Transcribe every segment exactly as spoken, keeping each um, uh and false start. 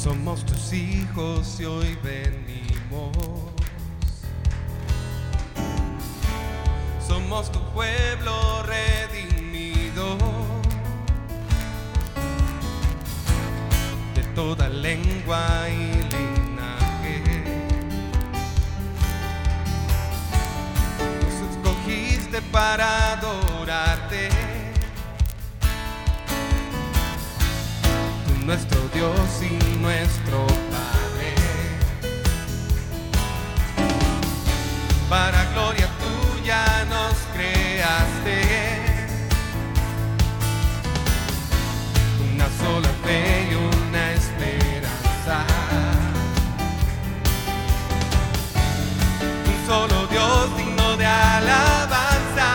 Somos tus hijos y hoy venimos. Somos tu pueblo redimido, de toda lengua y linaje. Nos escogiste para adorarte, tú nuestro Dios y nuestro Padre. Para gloria tuya nos creaste, una sola fe y una esperanza, un solo Dios digno de alabanza,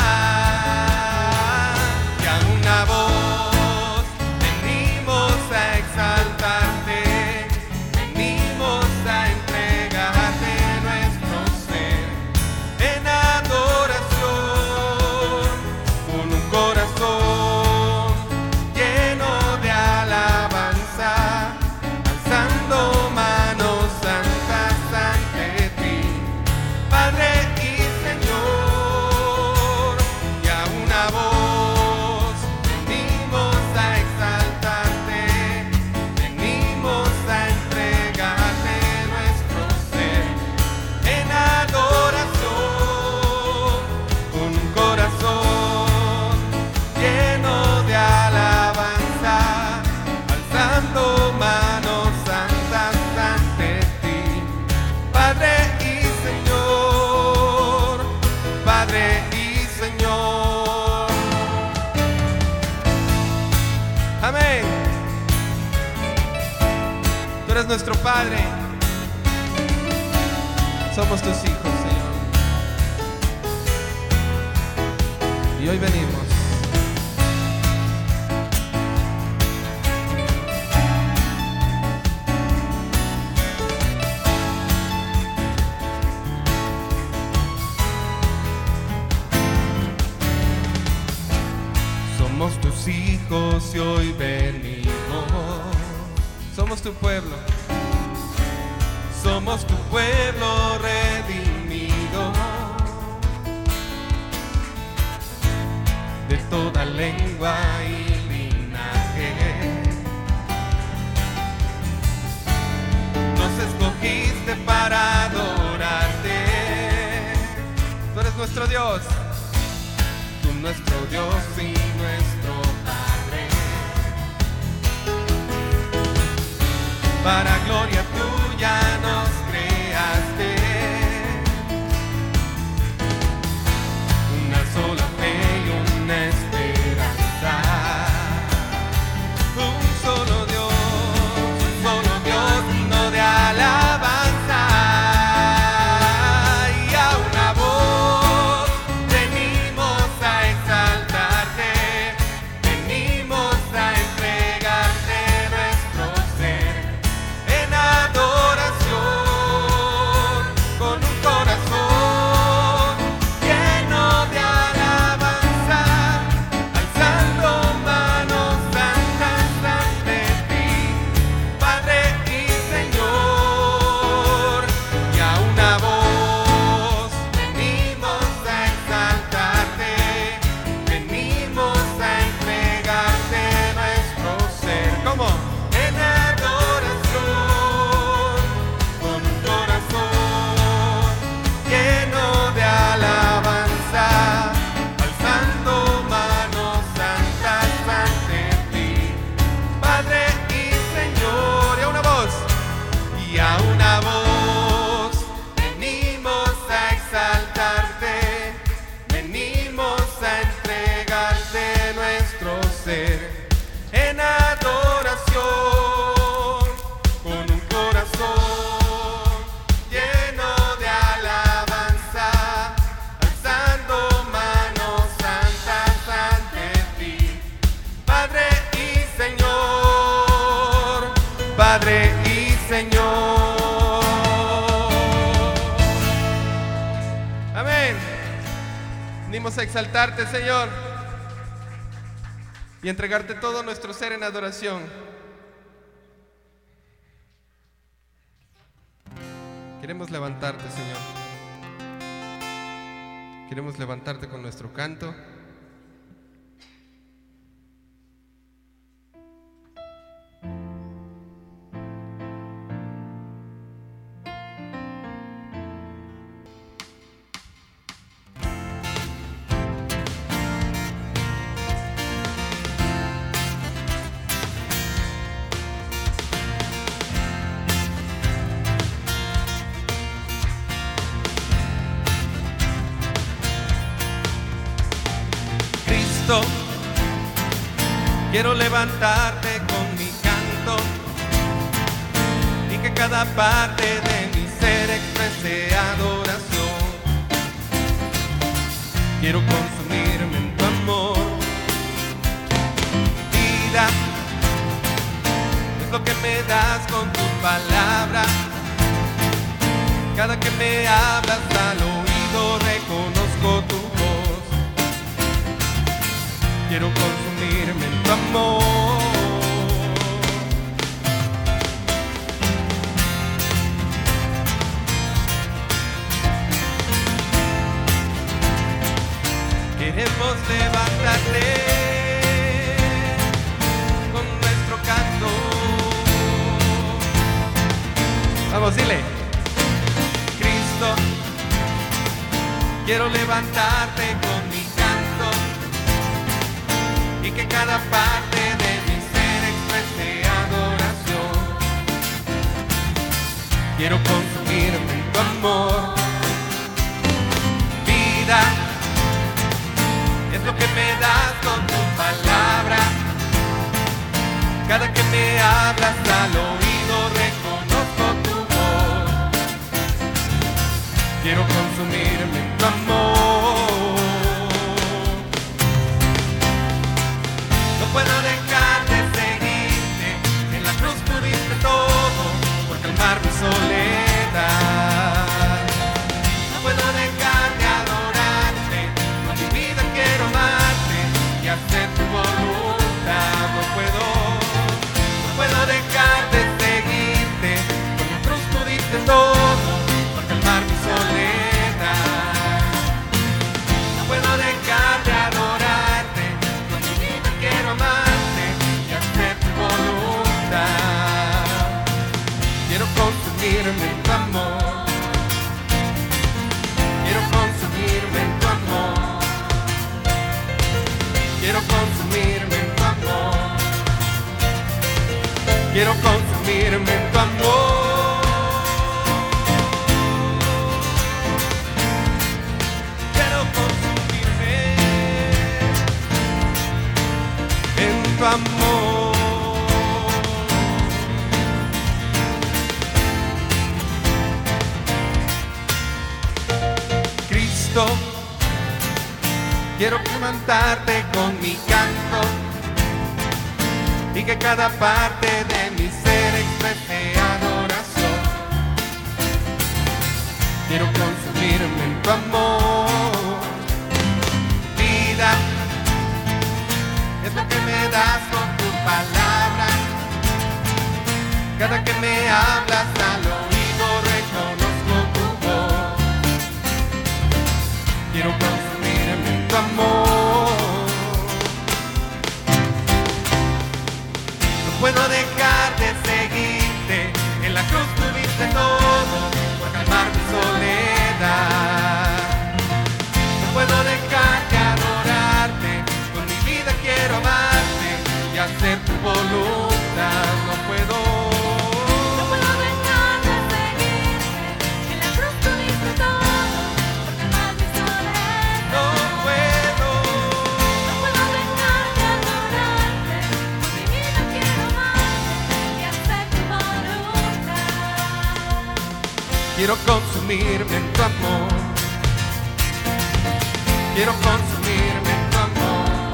y a una voz venimos a exaltarte, venimos a entregarte nuestro ser en adoración, con un corazón lleno de alabanza, alzando manos santas ante ti, Padre y Señor, y a una voz venimos a exaltarte, venimos a entregarte nuestro ser en adoración, con un corazón lleno de alabanza, alzando manos santas ante ti, Padre y Señor, Padre y Señor. Amén. Tú eres nuestro Padre, somos tus hijos, Señor, y hoy venimos. Somos tus hijos y hoy venimos. Somos tu pueblo, somos tu pueblo redimido, de toda lengua y linaje. Nos escogiste para adorarte, tú eres nuestro Dios, tú nuestro Dios y nuestro Padre. Para gloria tuya nos creaste, una sola fe y una esperanza, un solo Dios, un solo Dios digno de alabanza, y a una voz venimos a exaltarte, venimos a entregarte nuestro ser en adoración, con un corazón lleno de alabanza, alzando manos santas ante ti, Padre y Señor, y a una voz venimos a exaltarte, venimos a entregarte nuestro ser. ¿Cómo? En adoración, con un corazón lleno de alabanza, alzando manos santas ante ti, Padre y Señor, y a una voz, y a una voz venimos a exaltarte, venimos a entregarte nuestro ser en adoración, con un corazón lleno de alabanza, alzando manos santas ante ti, Padre y Señor, Padre y Señor. Amén. Venimos a exaltarte, Señor, y entregarte todo nuestro ser en adoración. Queremos levantarte, Señor. Queremos levantarte con nuestro canto. Quiero levantarte con mi canto y que cada parte de mi ser exprese adoración. Quiero consumirme en tu amor. Vida es lo que me das con tu palabra. Cada que me hablas al oído reconozco tu voz. Quiero consumirme en tu amor. Queremos levantarte con nuestro canto. Vamos, dile. Cristo, quiero levantarte con mi canto y que cada parte de mi ser exprese adoración. Quiero consumirme en tu amor. Vida es lo que me das con tu palabra. Cada que me hablas al oído reconozco tu voz. Quiero consumirme en tu amor. No puedo dejar de seguirte. En la cruz tú diste todo por calmar mi soledad. No puedo dejar de adorarte. Con mi vida quiero amarte y hacer tu voluntad. No puedo, no puedo dejar de seguirte. Con la cruz tú diste todo por calmar mi soledad. No puedo dejar de adorarte. Con mi vida quiero amarte y hacer tu voluntad. Quiero consumirme en tu amor. Quiero consumirme en tu amor. Quiero consumirme en tu amor. Quiero consumirme en tu amor. Quiero consumirme en tu amor. Cristo, quiero levantarte con mi canto y que cada parte de mi ser exprese adoración. Quiero consumirme en tu amor. Vida es lo que me das con tu palabra. Cada que me hablas al oído reconozco tu voz. Quiero consumirme en tu amor. No puedo dejar de seguirte. En la cruz tuviste todo por calmar mi soledad. No puedo dejar de adorarte. Con mi vida quiero amarte y hacer tu voluntad. No puedo. No puedo dejar de seguirte. En la cruz tú diste todo por calmar mi soledad. No puedo. No puedo dejar de adorarte. Con mi vida quiero amarte y hacer tu voluntad. Quiero consumirme en tu amor. Quiero consumirme en tu amor.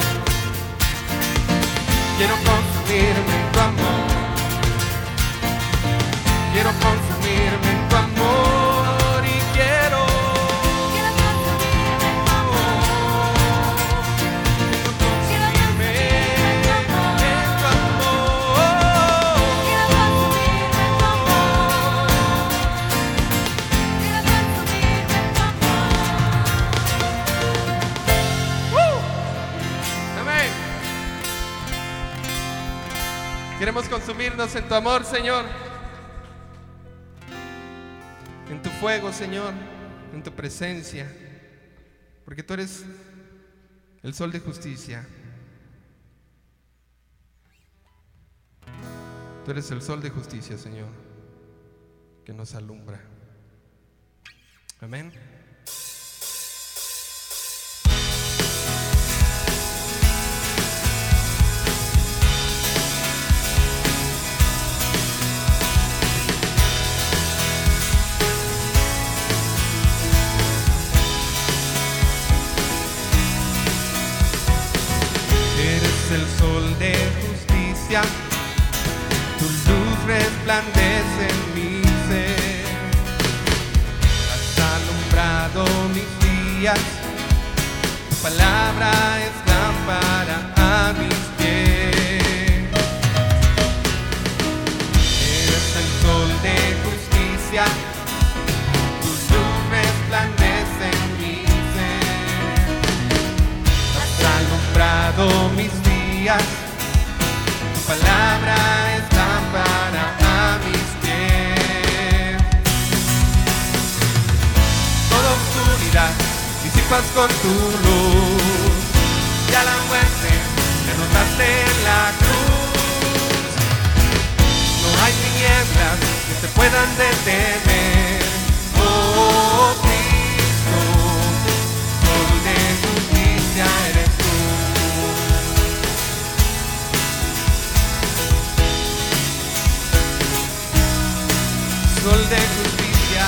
Quiero consumirme en tu amor. Quiero consumirme en tu amor y quiero. Quiero consumirme en tu amor. Quiero consumirme en tu amor. Quiero consumirme en tu amor. consumirnos en tu amor, Señor. En tu fuego, Señor, en tu presencia. Porque tú eres el sol de justicia. Tú eres el sol de justicia, Señor, que nos alumbra. Amén. Eres el sol de justicia, tu luz resplandece en mi ser. Has alumbrado mis días, tu palabra es lámpara a mis pies. Eres el sol de justicia, tu luz resplandece en mi ser. Has alumbrado mis días, tu palabra es lámpara a mis pies. Toda oscuridad disipas con tu luz, y a la muerte derrotaste en la cruz. No hay tinieblas que te puedan detener, oh Cristo, sol de justicia eres tú. Sol de justicia,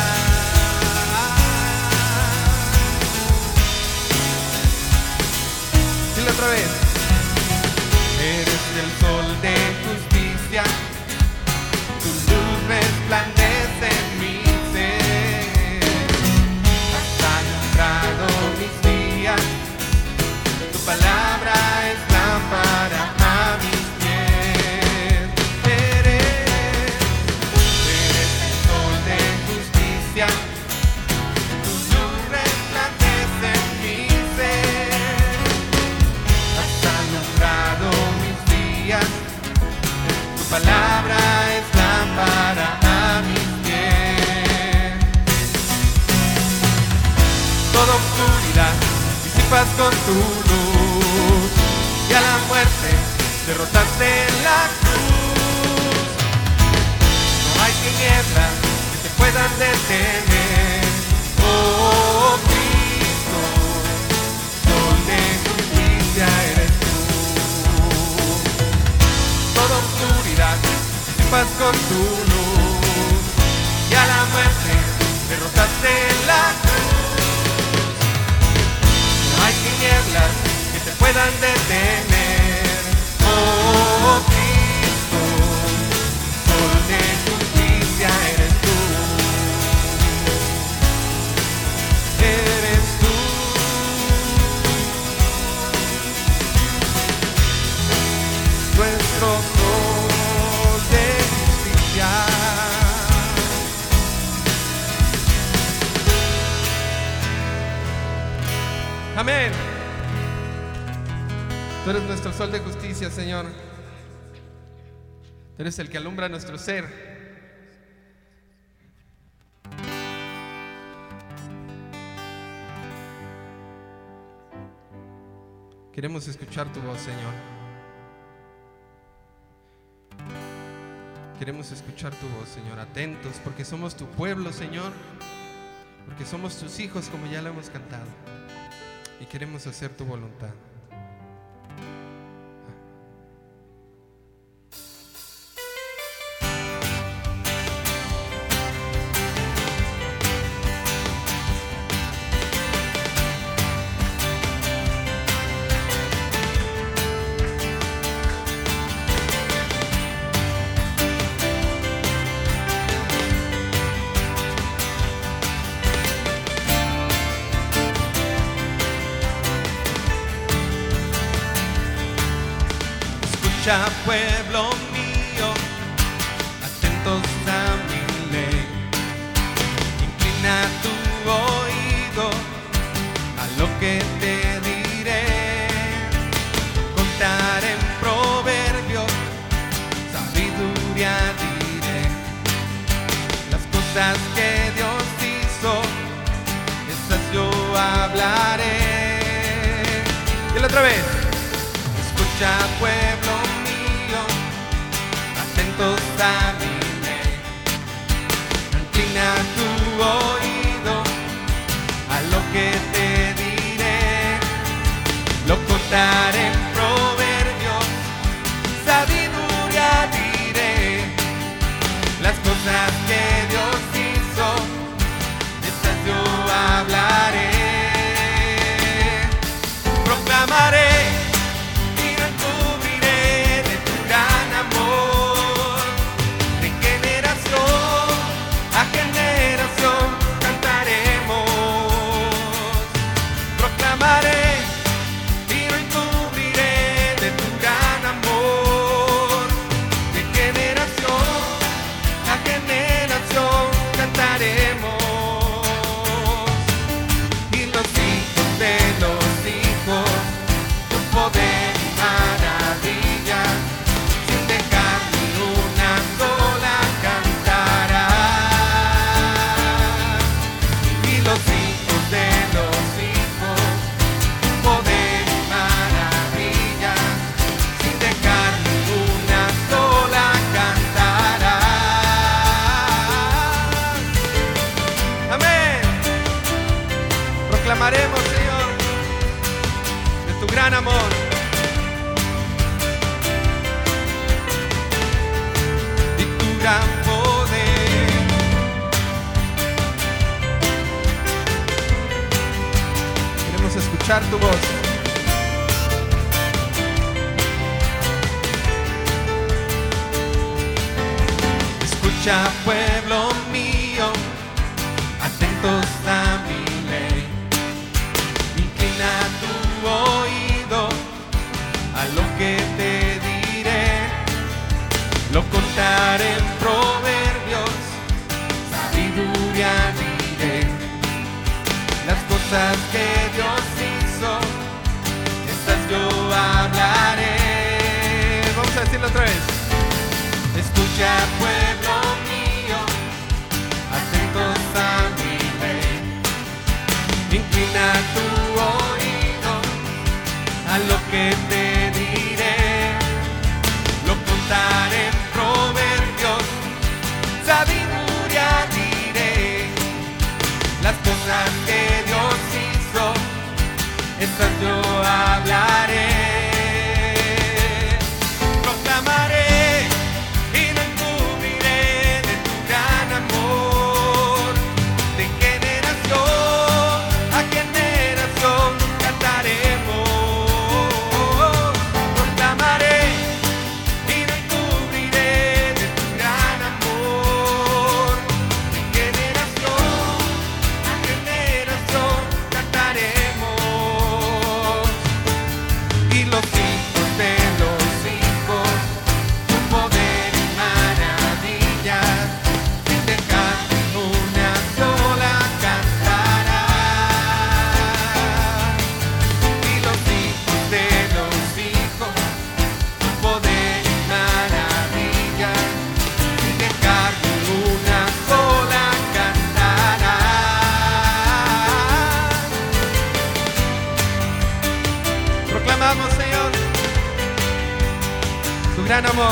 dile otra vez. Eres el sol de justicia, tu luz resplandece en mi ser. Has alumbrado mis días, tu palabra es lámpara a mis pies. Eres tu luz resplandece en mi ser. Has alumbrado mis días, tu palabra es lámpara a mis pies. Toda oscuridad disipas con tu luz, y a la muerte derrotaste en la cruz. No hay tinieblas puedan detener, oh Cristo, sol de justicia eres tú. Toda oscuridad disipas con tu luz, y a la muerte derrotaste en la cruz. No hay tinieblas que te puedan detener, oh Cristo, sol de justicia eres tú. Eres tú, nuestro sol de justicia. Amén. Tú eres nuestro sol de justicia, Señor. Tú eres el que alumbra nuestro ser. Queremos escuchar tu voz, Señor. Queremos escuchar tu voz, Señor, atentos, porque somos tu pueblo, Señor, porque somos tus hijos, como ya lo hemos cantado, y queremos hacer tu voluntad. cosas que Dios hizo, esas yo hablaré. Y la otra vez. Escucha, pueblo mío, atentos a mi ley. Inclina tu oído a lo que te diré. Lo contaré en proverbios, sabiduría diré. Las cosas que Dios hizo, esas yo hablaré. Proclamaré y no encubriré de tu gran amor. De generación a generación cantaremos. Proclamaré y no encubriré de tu gran amor. De generación a generación cantaremos. Y los hijos de los hijos, tu poder y maravilla, sin dejar ni una sola cantarán. Y los hijos de los hijos, tu poder y maravilla, sin dejar ni una sola cantarán. Amén. Proclamaremos, Señor, de tu gran amor. Y tu gran poder. Queremos escuchar tu voz. Escucha, pueblo mío, atentos a mi ley. Inclina tu oído a lo que te diré. Lo contaré en proverbios, sabiduría diré. Las cosas que Dios hizo, estas yo hablaré. Vamos a decirlo otra vez. Escucha, pueblo mío, atentos a mi ley. Inclina tu oído a lo que te diré. Lo contaré en proverbios, sabiduría diré. Las cosas que Dios hizo, estas yo hablaré. Proclamaré y no encubriré de tu gran amor. De generación a generación cantaremos. Proclamaré y no encubriré de tu gran amor. De generación a generación cantaremos. Y los hijos de los hijos, tu poder y maravillas, sin dejar ni una sola cantarán. Y los hijos de los hijos, tu poder y maravillas, sin dejar ni una sola cantarán. Proclamamos, Señor, tu gran amor.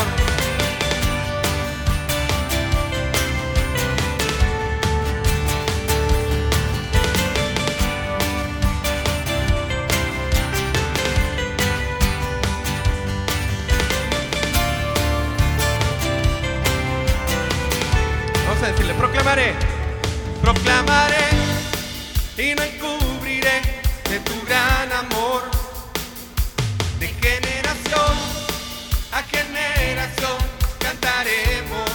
Vamos a decirle, proclamaré, proclamaré y no encubriré de tu gran amor. De generación a generación cantaremos.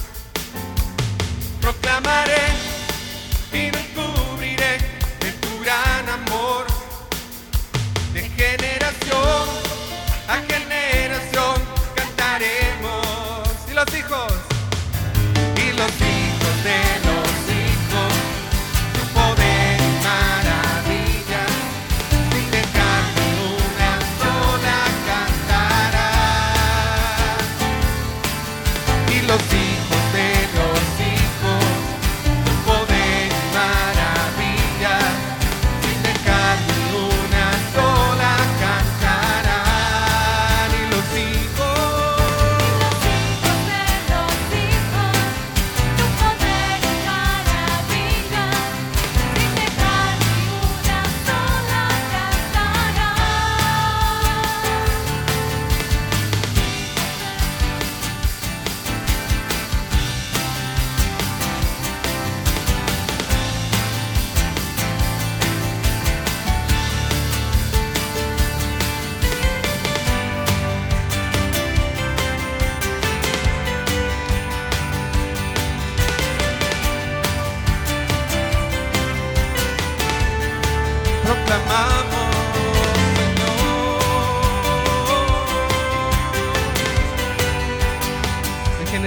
Proclamaré y no encubriré de tu gran amor. De generación a generación cantaremos. Y los hijos, y los hijos de los hijos, tu poder y maravilla, sin dejar ni una sola cantarán.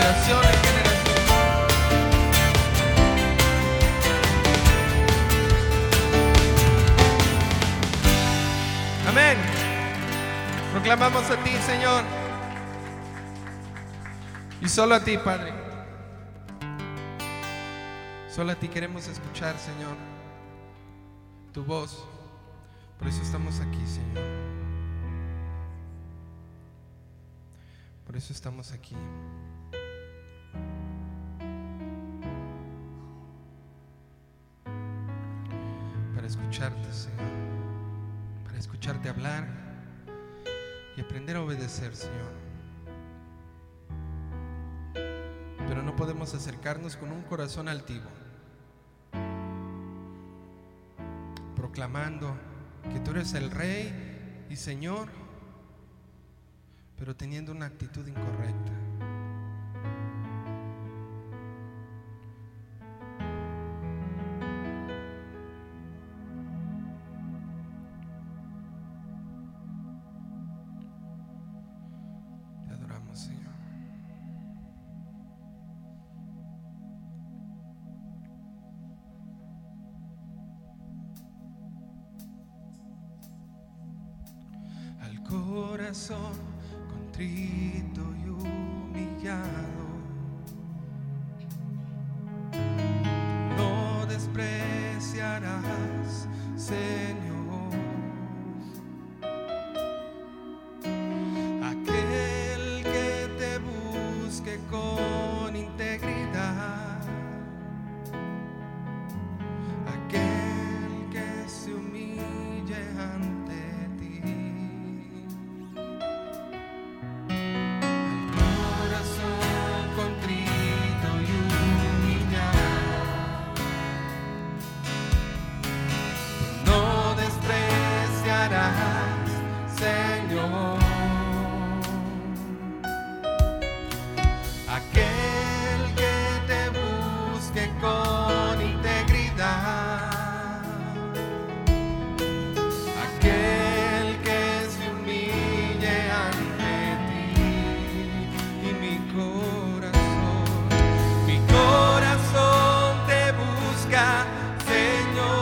generación en generación. Amén. Proclamamos a ti, Señor. Y solo a ti, Padre. Solo a ti queremos escuchar, Señor, tu voz. Por eso estamos aquí, Señor. Por eso estamos aquí. Para escucharte, Señor. Para escucharte hablar y aprender a obedecer, Señor. Pero no podemos acercarnos con un corazón altivo, proclamando que tú eres el Rey y Señor, pero teniendo una actitud incorrecta. Te adoramos, Señor. Al corazón contrito y humillado, no despreciarás, Señor, aquel que te busque con integridad, aquel que se humille ante ti. Señor, aquel que te busque con integridad, aquel que se humille ante ti. Y mi corazón, mi corazón te busca, Señor.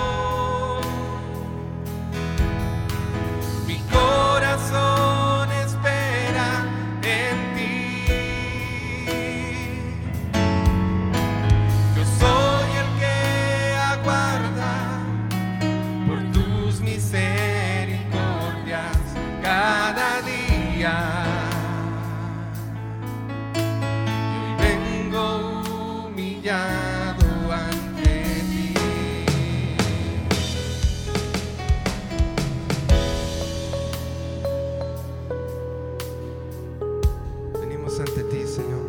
Espera en ti. Yo soy el que aguarda por tus misericordias cada día. Y hoy vengo humillado ante ti. Ante ti, Señor.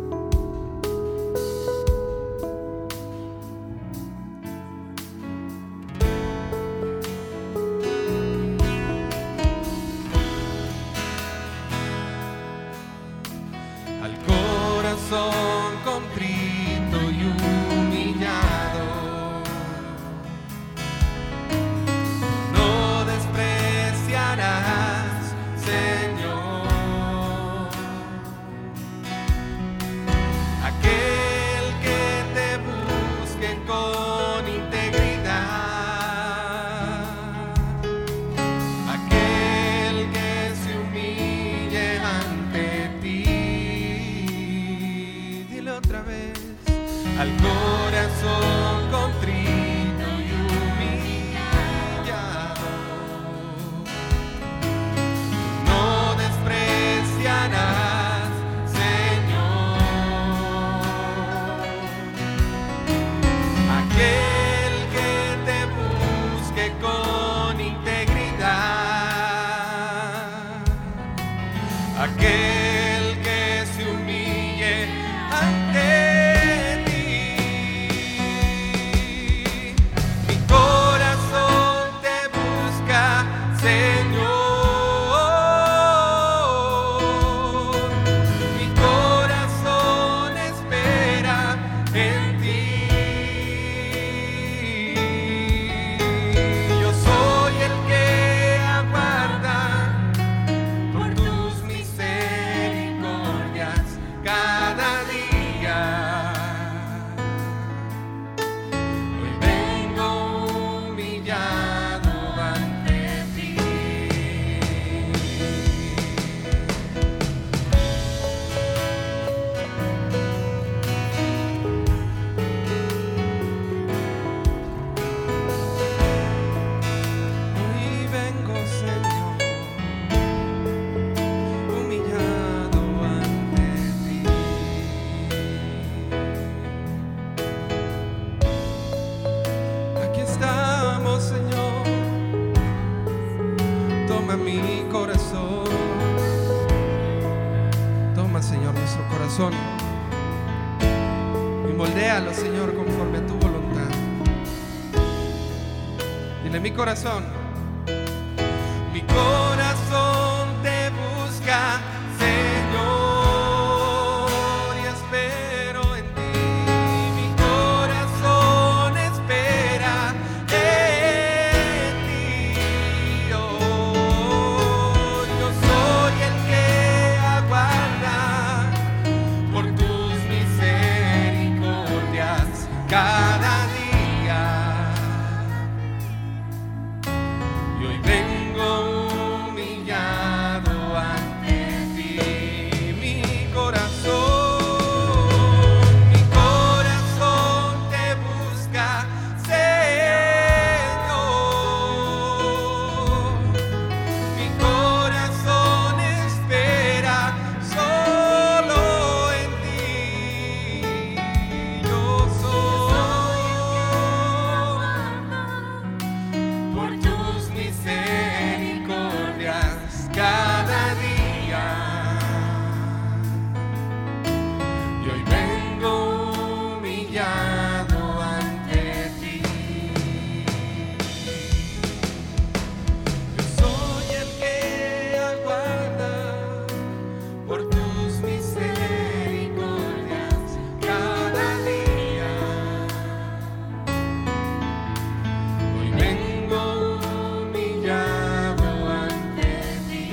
Al corazón contrito y humillado, no despreciarás, Señor. Aquel que te busque con integridad, aquel que se humille ante ti. Dile otra vez. Al corazón contrito y humillado, no despreciarás, aquel que te busque con integridad, aquel que se humille ante ti. Moldéalo, Señor, conforme a tu voluntad. Dile: mi corazón, Mi corazón te busca, Señor, y espero en ti. Mi corazón espera en ti. Oh, yo soy el que aguarda por tus misericordias cada día. Y hoy vengo humillado ante ti. Mi corazón, mi corazón te busca, Señor. Mi corazón espera solo en ti. Yo soy por tus misericordias cada día. Y hoy vengo humillado ante ti. Yo soy el que aguarda por tus misericordias cada día. Hoy vengo humillado ante ti.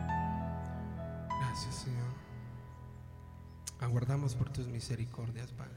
gracias, Señor. Aguardamos por tus misericordias, Padre.